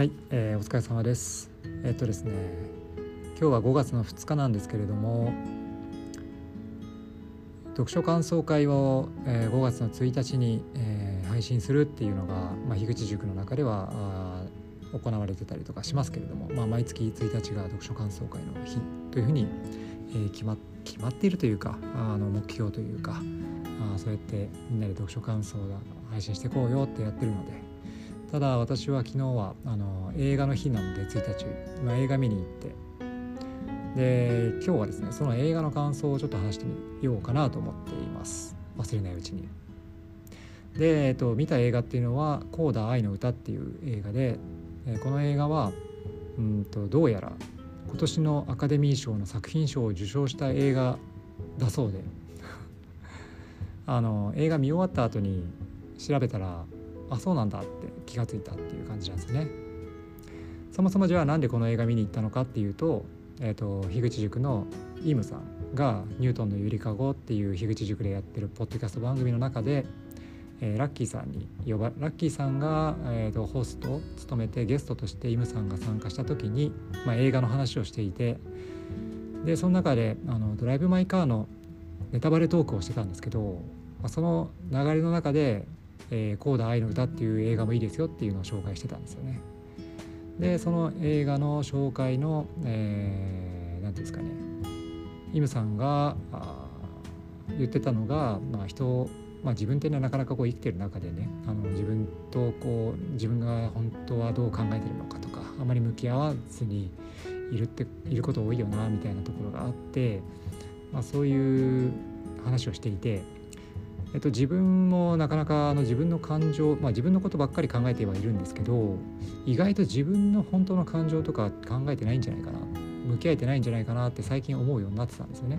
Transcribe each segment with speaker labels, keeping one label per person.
Speaker 1: はい、お疲れ様です。ですね、今日は5月の2日なんですけれども、読書感想会を、5月の1日に、配信するっていうのが、樋口塾の中では行われてたりとかしますけれども、毎月1日が読書感想会の日というふうに、決まっているというか、目標というか、そうやってみんなで読書感想を配信していこうよってやってるので、ただ私は昨日は映画の日なので1日、映画見に行って、で今日はですね、その映画の感想をちょっと話してみようかなと思っています。忘れないうちに。で、見た映画っていうのはコーダ愛の歌っていう映画で、この映画はどうやら今年のアカデミー賞の作品賞を受賞した映画だそうで映画見終わった後に調べたら、そうなんだって気がついたっていう感じなんですね。そもそもじゃあなんでこの映画見に行ったのかっていうと、樋口塾のイムさんがニュートンのゆりかごっていう樋口塾でやってるポッドキャスト番組の中で、ラッキーさんが、ホストを務めてゲストとしてイムさんが参加した時に、映画の話をしていて、でその中でドライブ・マイ・カーのネタバレトークをしてたんですけど、その流れの中でコーダ愛の歌っていう映画もいいですよっていうのを紹介してたんですよね。でその映画の紹介の何ていうんですかね、イムさんが言ってたのが、自分っていうのはなかなかこう生きてる中でね、自分と自分が本当はどう考えてるのかとか、あまり向き合わずにいること多いよなみたいなところがあって、そういう話をしていて、自分もなかなか自分の感情、自分のことばっかり考えてはいるんですけど、意外と自分の本当の感情とか考えてないんじゃないかな、向き合えてないんじゃないかなって最近思うようになってたんですよね。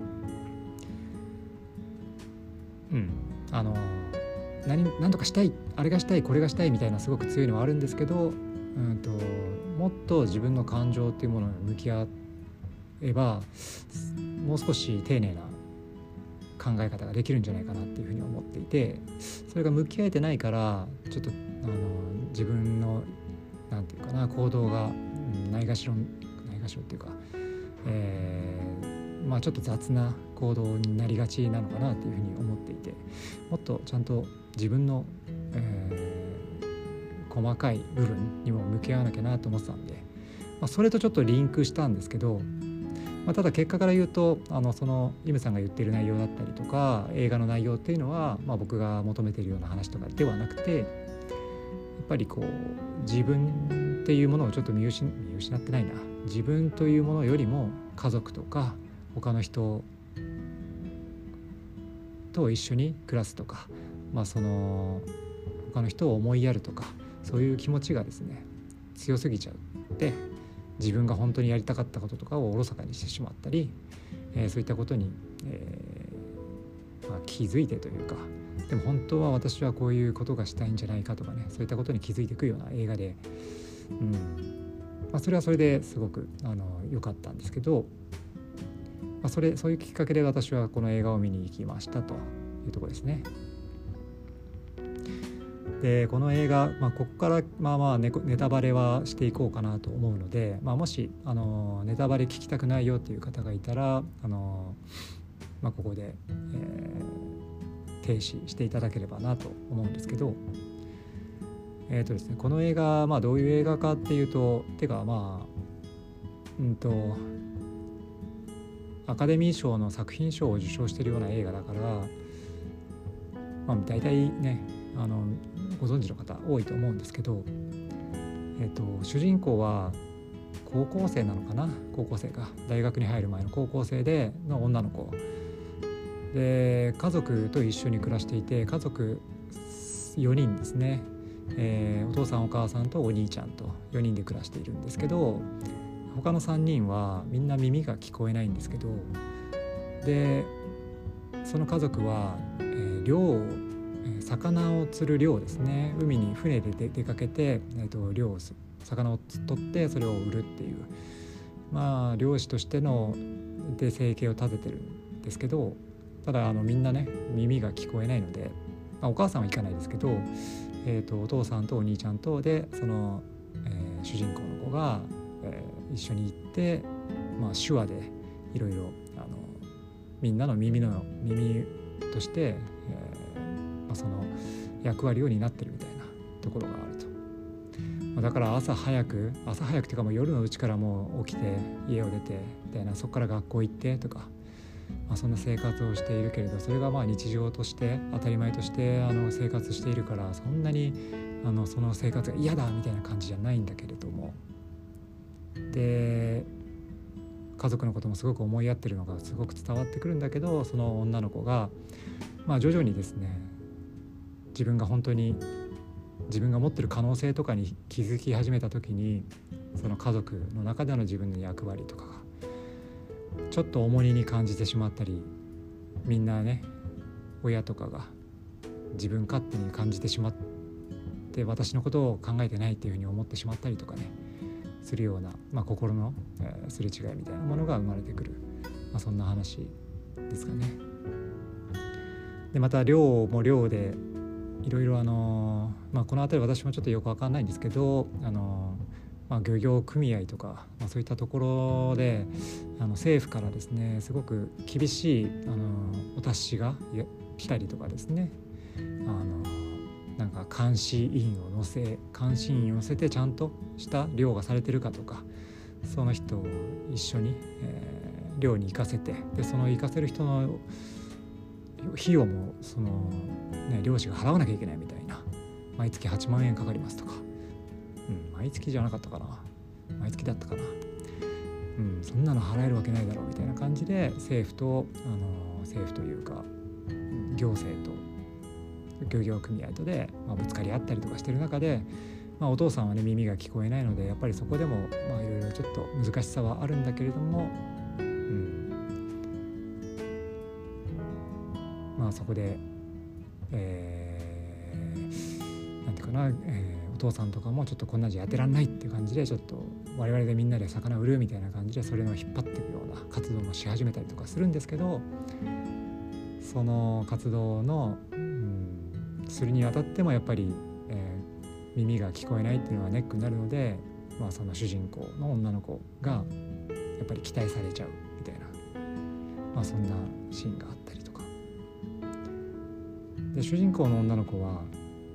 Speaker 1: 何とかしたい、あれがしたい、これがしたいみたいなすごく強いのはあるんですけど、もっと自分の感情っていうものに向き合えば、もう少し丁寧な考え方ができるんじゃないかなっていうふうに思っていて、それが向き合えてないから、ちょっと自分のなんていうかな、行動がないがしろっていうか、ちょっと雑な行動になりがちなのかなっていうふうに思っていて、もっとちゃんと自分の、細かい部分にも向き合わなきゃなと思ってたんで、それとちょっとリンクしたんですけど、ただ結果から言うと、そのイムさんが言っている内容だったりとか映画の内容っていうのは、僕が求めているような話とかではなくて、やっぱり自分っていうものをちょっと見失ってないな、自分というものよりも家族とか他の人と一緒に暮らすとか、その他の人を思いやるとか、そういう気持ちがですね強すぎちゃうで、自分が本当にやりたかったこととかをおろそかにしてしまったり、そういったことに、気づいてというか、でも本当は私はこういうことがしたいんじゃないかとかね、そういったことに気づいていくような映画で、それはそれですごく良かったんですけど、そういうきっかけで私はこの映画を見に行きましたというところですね。でこの映画、ここからネタバレはしていこうかなと思うので、もしネタバレ聞きたくないよっていう方がいたらここで、停止していただければなと思うんですけど、ですね、この映画、どういう映画かっていうと、アカデミー賞の作品賞を受賞しているような映画だから、大体ねご存知の方多いと思うんですけど、主人公は高校生なのかな、大学に入る前の高校生の女の子で、家族と一緒に暮らしていて、家族4人ですね、お父さんお母さんとお兄ちゃんと4人で暮らしているんですけど、他の3人はみんな耳が聞こえないんですけど、でその家族は、魚を釣る漁ですね、海に船で出かけて、魚を取ってそれを売るっていう、漁師としての生計を立ててるんですけど、ただみんなね耳が聞こえないので、お母さんは行かないですけど、お父さんとお兄ちゃんとでその、 主人公の子が、一緒に行って、手話でいろいろみんなの耳として、その役割を担ってるみたいなところがあると。だから朝早くっていうかもう夜のうちからもう起きて家を出てみたいな、そこから学校行ってとか、そんな生活をしているけれど、それが日常として当たり前として生活しているから、そんなにその生活が嫌だみたいな感じじゃないんだけれども、で家族のこともすごく思いやってるのがすごく伝わってくるんだけど、その女の子が徐々にですね、自分が本当に自分が持ってる可能性とかに気づき始めた時に、その家族の中での自分の役割とかがちょっと重荷に感じてしまったり、みんなね、親とかが自分勝手に感じてしまって、私のことを考えてないっていうふうに思ってしまったりとかねするような、心の、すれ違いみたいなものが生まれてくる、そんな話ですかね。でまた漁も漁でいろいろこの辺り私もちょっとよく分かんないんですけど、漁業組合とか、そういったところで政府からですね、すごく厳しいお達しが来たりとかですね、なんか監視員を乗せてちゃんとした漁がされてるかとか、その人を一緒に、漁に行かせて、でその行かせる人の費用も漁師が払わなきゃいけないみたいな、毎月8万円かかりますとか、毎月じゃなかったかな、毎月だったかな、そんなの払えるわけないだろうみたいな感じで、政府というか行政と漁業組合とで、ぶつかり合ったりとかしてる中で、お父さんはね耳が聞こえないので、やっぱりそこでもいろいろちょっと難しさはあるんだけれども、そこで、なんていうかな、お父さんとかもちょっとこんなんじゃやってらんないっていう感じで、ちょっと我々でみんなで魚売るみたいな感じでそれを引っ張っていくような活動もし始めたりとかするんですけど、その活動の、するにあたってもやっぱり、耳が聞こえないっていうのはネックになるので、その主人公の女の子がやっぱり期待されちゃうみたいな、そんなシーンがあったりとかで、主人公の女の子は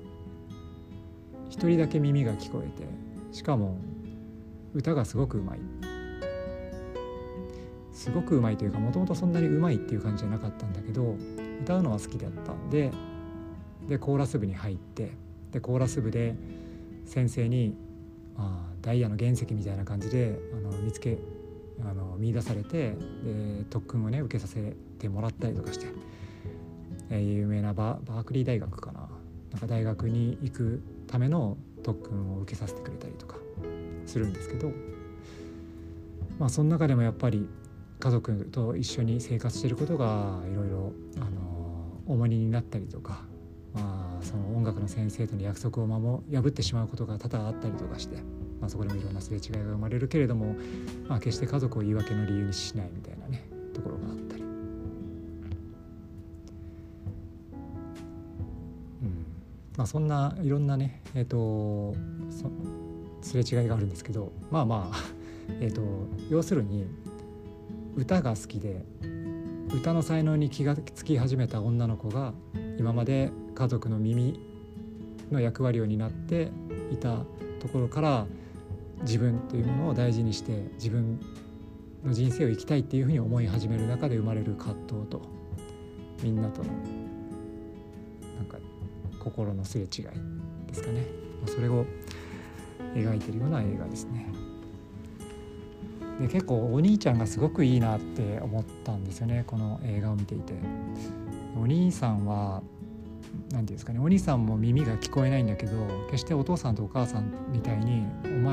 Speaker 1: 一人だけ耳が聞こえて、しかも歌がすごくうまいというか、もともとそんなにうまいっていう感じじゃなかったんだけど、歌うのは好きだったんで、コーラス部に入って、でコーラス部で先生に、ダイヤの原石みたいな感じで見出されて、で特訓をね受けさせてもらったりとかして、有名なバークリー大学かな、なんか大学に行くための特訓を受けさせてくれたりとかするんですけど、その中でもやっぱり家族と一緒に生活していることがいろいろ重荷になったりとか、その音楽の先生との約束を破ってしまうことが多々あったりとかして、そこでもいろんなすれ違いが生まれるけれども、決して家族を言い訳の理由にしないみたいなねところがあったり、そんないろんなねすれ違いがあるんですけど、要するに歌が好きで歌の才能に気がつき始めた女の子が、今まで家族の耳の役割を担っていたところから、自分というものを大事にして自分の人生を生きたいっていうふうに思い始める中で生まれる葛藤と、みんなとのなんか心のすれ違いですかね、それを描いているような映画ですね。で結構お兄ちゃんがすごくいいなって思ったんですよね、この映画を見ていて。お兄さんは何て言うんですかね、お兄さんも耳が聞こえないんだけど、決してお父さんとお母さんみたいに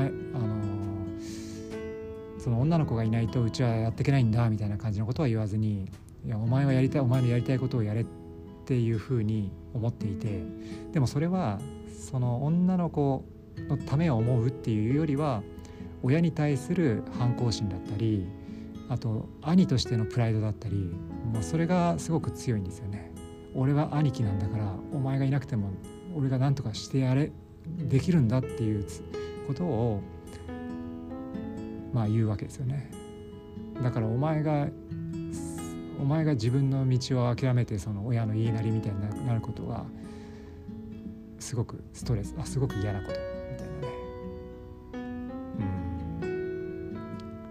Speaker 1: その女の子がいないとうちはやっていけないんだみたいな感じのことは言わずに、いやお前のやりたいことをやれっていうふうに思っていて、でもそれはその女の子のためを思うっていうよりは、親に対する反抗心だったり、あと兄としてのプライドだったり、もうそれがすごく強いんですよね。俺は兄貴なんだから、お前がいなくても俺が何とかしてできるんだっていうことを言うわけですよね。だからお前が自分の道を諦めてその親の言いなりみたいになることはすごくストレス、すごく嫌なことみたいなね。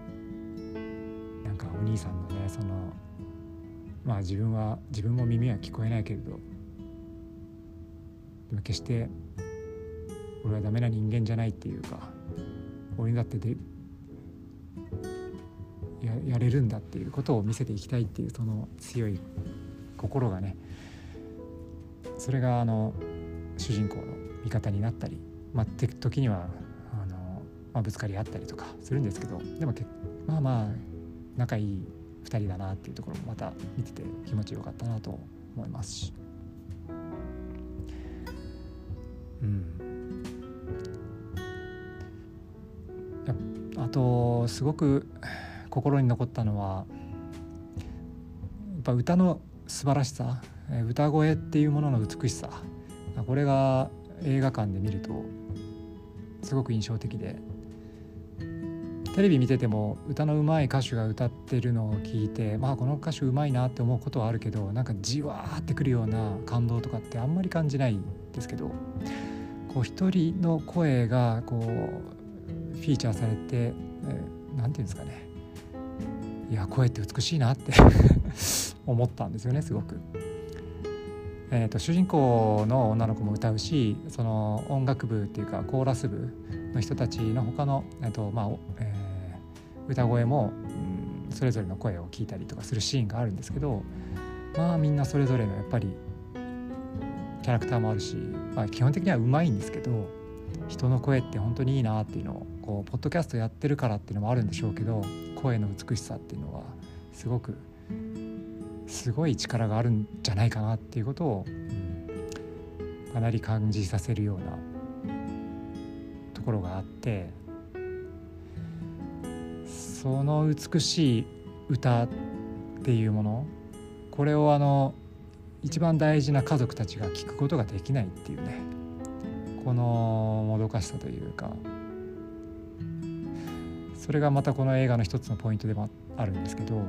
Speaker 1: なんかお兄さんのねその自分も耳は聞こえないけれど、でも決して俺はダメな人間じゃないっていうか、俺にだってやれるんだっていうことを見せていきたいっていうその強い心がね、それが主人公の味方になったり、時にはぶつかり合ったりとかするんですけど、でも仲いい2人だなっていうところもまた見てて気持ちよかったなと思いますし、あとすごく心に残ったのはやっぱ歌の素晴らしさ、歌声っていうものの美しさ、これが映画館で見るとすごく印象的で、テレビ見てても歌の上手い歌手が歌ってるのを聞いて、この歌手上手いなって思うことはあるけど、なんかじわーってくるような感動とかってあんまり感じないんですけど、こう一人の声がこうフィーチャーされて、なんていうんですかね、いや声って美しいなって思ったんですよね、すごく。主人公の女の子も歌うし、その音楽部っていうかコーラス部の人たちの他の、歌声も、それぞれの声を聞いたりとかするシーンがあるんですけど、みんなそれぞれのやっぱりキャラクターもあるし、基本的には上手いんですけど、人の声って本当にいいなっていうのをこうポッドキャストやってるからっていうのもあるんでしょうけど、声の美しさっていうのはすごい力があるんじゃないかなっていうことを、かなり感じさせるようなところがあって、その美しい歌っていうもの、これを一番大事な家族たちが聞くことができないっていうね、このもどかしさというか、それがまたこの映画の一つのポイントでもあるんですけど、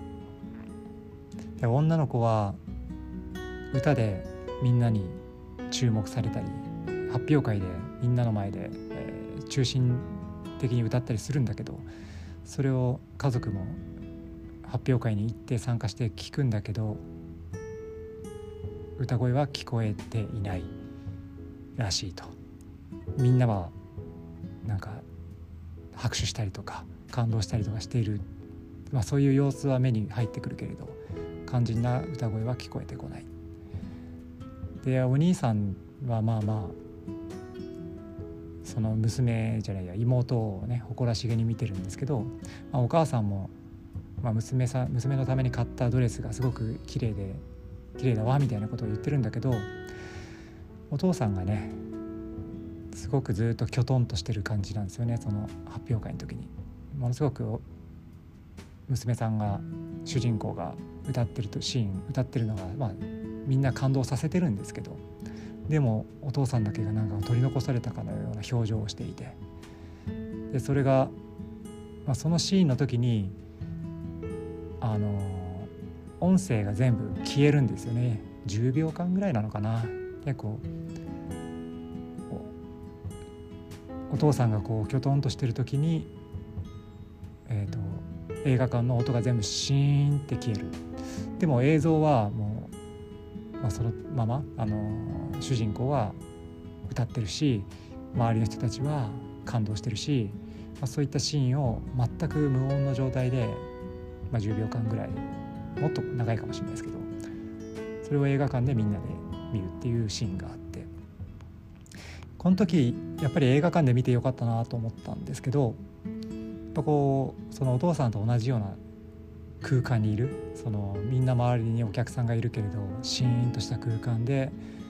Speaker 1: 女の子は歌でみんなに注目されたり、発表会でみんなの前で、中心的に歌ったりするんだけど、それを家族も発表会に行って参加して聞くんだけど、歌声は聞こえていないらしいと。みんなはなんか拍手したりとか感動したりとかしている、そういう様子は目に入ってくるけれど、肝心な歌声は聞こえてこない。でお兄さんはその妹をね誇らしげに見てるんですけど、お母さんも、娘のために買ったドレスがすごく綺麗だわみたいなことを言ってるんだけど、お父さんがねすごくずっときょとんとしてる感じなんですよね。その発表会の時にものすごく娘さんが、主人公が歌ってるのが、みんな感動させてるんですけど、でもお父さんだけがなんか取り残されたかのような表情をしていて、でそれが、そのシーンの時に音声が全部消えるんですよね。10秒間ぐらいなのかな。結構お父さんがこうきょとんとしてる時に、映画館の音が全部シーンって消える。でも映像はもう、そのまま主人公は歌ってるし、周りの人たちは感動してるし、そういったシーンを全く無音の状態で、10秒間ぐらい、もっと長いかもしれないですけど、それを映画館でみんなで見るっていうシーンがあって、この時やっぱり映画館で見てよかったなと思ったんですけど、そのお父さんと同じような空間にいる、そのみんな周りにお客さんがいるけれどシーンとした空間で、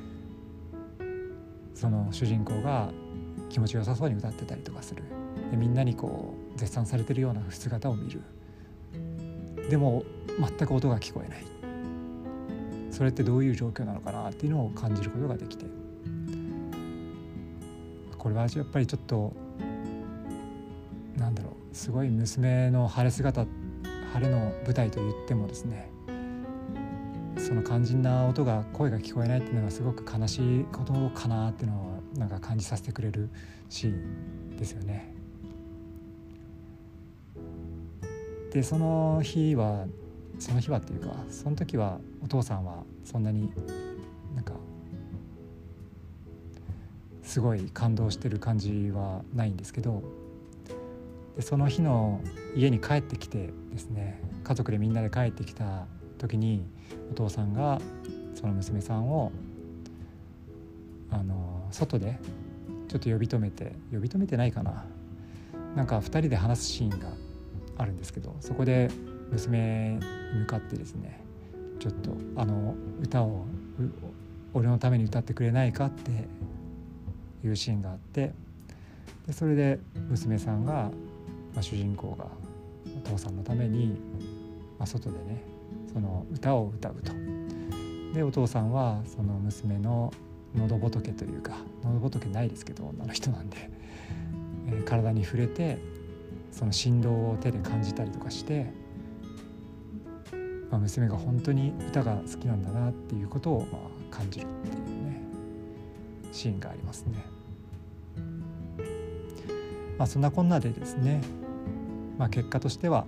Speaker 1: その主人公が気持ちよさそうに歌ってたりとかする。でみんなにこう絶賛されてるような姿を見る。でも全く音が聞こえない。それってどういう状況なのかなっていうのを感じることができて、これはやっぱりちょっとすごい娘の晴れの舞台と言ってもですね、その肝心な声が聞こえないっていうのがすごく悲しいことかなっていうのをなんか感じさせてくれるシーンですよね。でその日はっていうか、その時はお父さんはそんなになんかすごい感動してる感じはないんですけど、でその日の家に帰ってきてですね、家族でみんなで帰ってきた時にお父さんがその娘さんを外でちょっと呼び止めてないかな、なんか2人で話すシーンがあるんですけど、そこで娘に向かってですね、ちょっと歌を俺のために歌ってくれないかっていうシーンがあって、でそれで娘さんが、主人公がお父さんのために、外でねその歌を歌うと。でお父さんはその娘の喉仏というか、喉仏ないですけど女の人なんで、体に触れてその振動を手で感じたりとかして、娘が本当に歌が好きなんだなっていうことを感じるっていうねシーンがありますね。そんなこんなでですね、結果としては、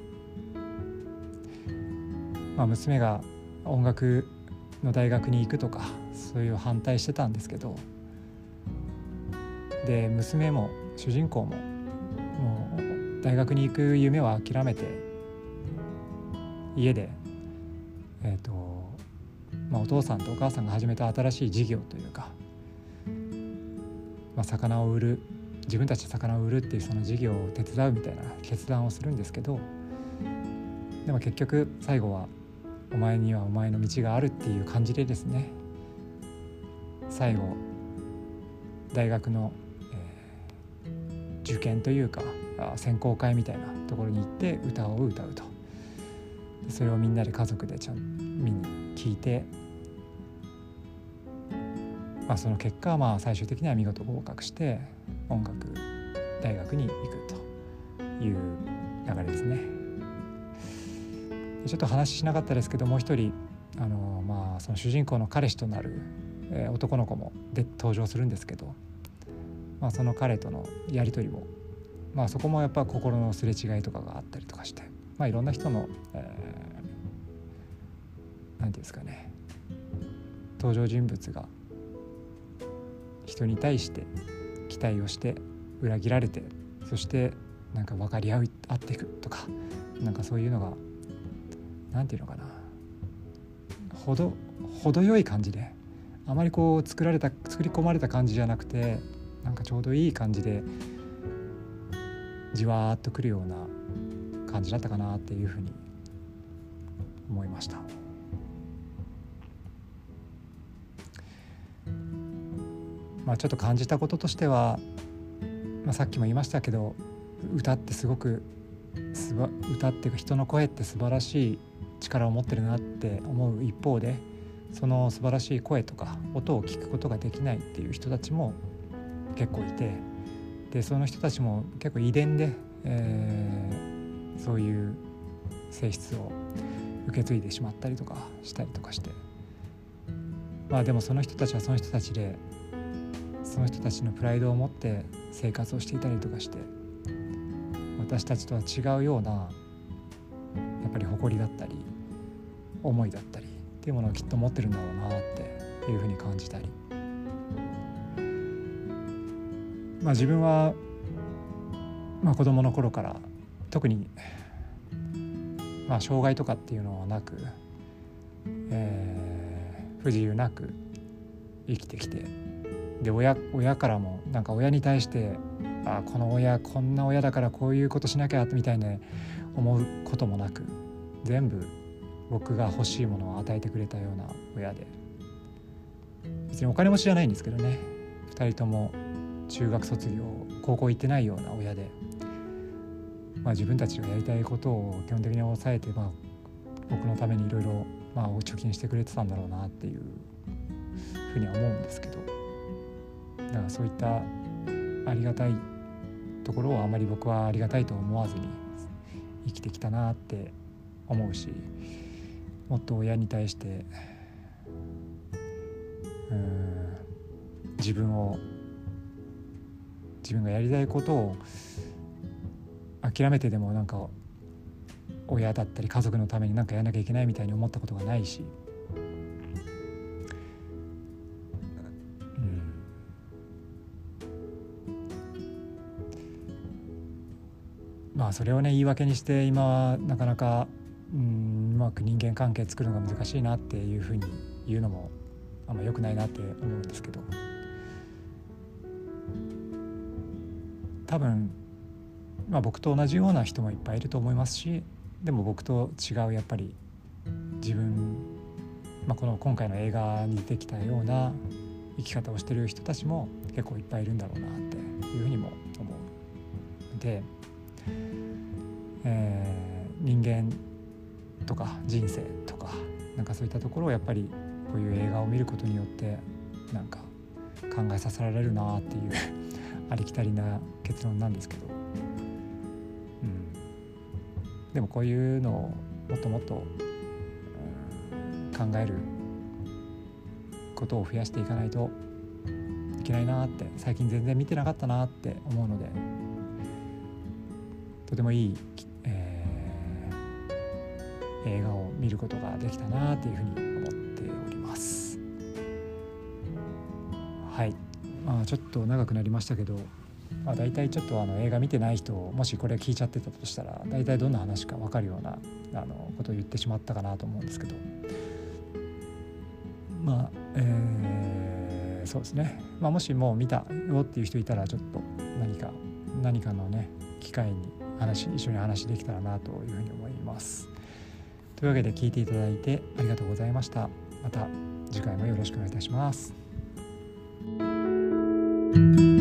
Speaker 1: 娘が音楽の大学に行くとかそういう反対してたんですけど、で娘も主人公ももう大学に行く夢は諦めて家で、お父さんとお母さんが始めた新しい事業というか、魚を売る、自分たちで魚を売るっていうその事業を手伝うみたいな決断をするんですけど、でも結局最後はお前にはお前の道があるっていう感じでですね、最後大学の、受験というか選考会みたいなところに行って歌を歌うと。それをみんなで家族で見に聞いて、その結果最終的には見事合格して音楽大学に行くという流れですね。ちょっと話しなかったですけど、もう一人その主人公の彼氏となる、男の子も登場するんですけど、その彼とのやり取りも、そこもやっぱ心のすれ違いとかがあったりとかして、いろんな人の、なんていうんですかね、登場人物が人に対して期待をして裏切られて、そしてなんか分かり合っていくとか、なんかそういうのがなんていうのかな、程よい感じで、あまり作り込まれた感じじゃなくて、なんかちょうどいい感じでじわーっとくるような感じだったかなっていうふうに思いました。ちょっと感じたこととしては、さっきも言いましたけど、歌ってすごく歌っていうか人の声って素晴らしい力を持ってるなって思う一方で、その素晴らしい声とか音を聞くことができないっていう人たちも結構いて、でその人たちも結構遺伝で、そういう性質を受け継いでしまったりとかしたりとかして、でもその人たちはその人たちでその人たちのプライドを持って生活をしていたりとかして、私たちとは違うようなやっぱり誇りだったり思いだったりっていうものをきっと持ってるんだろうなっていうふうに感じたり、自分は、子供の頃から特に、障害とかっていうのはなく、不自由なく生きてきて、で親からもなんか親に対してこの親こんな親だからこういうことしなきゃみたいな思うこともなく、全部僕が欲しいものを与えてくれたような親で、別にお金持ちじゃないんですけどね、2人とも中学卒業高校行ってないような親で、自分たちがやりたいことを基本的に抑えて、僕のためにいろいろ貯金してくれてたんだろうなっていうふうには思うんですけど、だからそういったありがたいところをあまり僕はありがたいと思わずに生きてきたなって思うし、もっと親に対して自分がやりたいことを諦めてでもなんか親だったり家族のために何かやらなきゃいけないみたいに思ったことがないし、まあそれをね言い訳にして今はなかなかうまく人間関係作るのが難しいなっていうふうに言うのもあんま良くないなって思うんですけど、多分僕と同じような人もいっぱいいると思いますし、でも僕と違うやっぱり自分、この今回の映画に出てきたような生き方をしてる人たちも結構いっぱいいるんだろうなっていうふうにも思うので、人間とか人生とかなんかそういったところをやっぱりこういう映画を見ることによってなんか考えさせられるなっていうありきたりな結論なんですけど、でもこういうのをもっともっと、考えることを増やしていかないといけないなって、最近全然見てなかったなって思うので、とてもいい、映画を見ることができたなっていうふうに思っております。はい、ちょっと長くなりましたけど、だいたいちょっと映画見てない人もしこれ聞いちゃってたとしたらだいたいどんな話か分かるようなことを言ってしまったかなと思うんですけど、そうですね、もしもう見たよっていう人いたらちょっと何かのね機会に一緒に話できたらなというふうに思います。というわけで聞いていただいてありがとうございました。また次回もよろしくお願いいたします。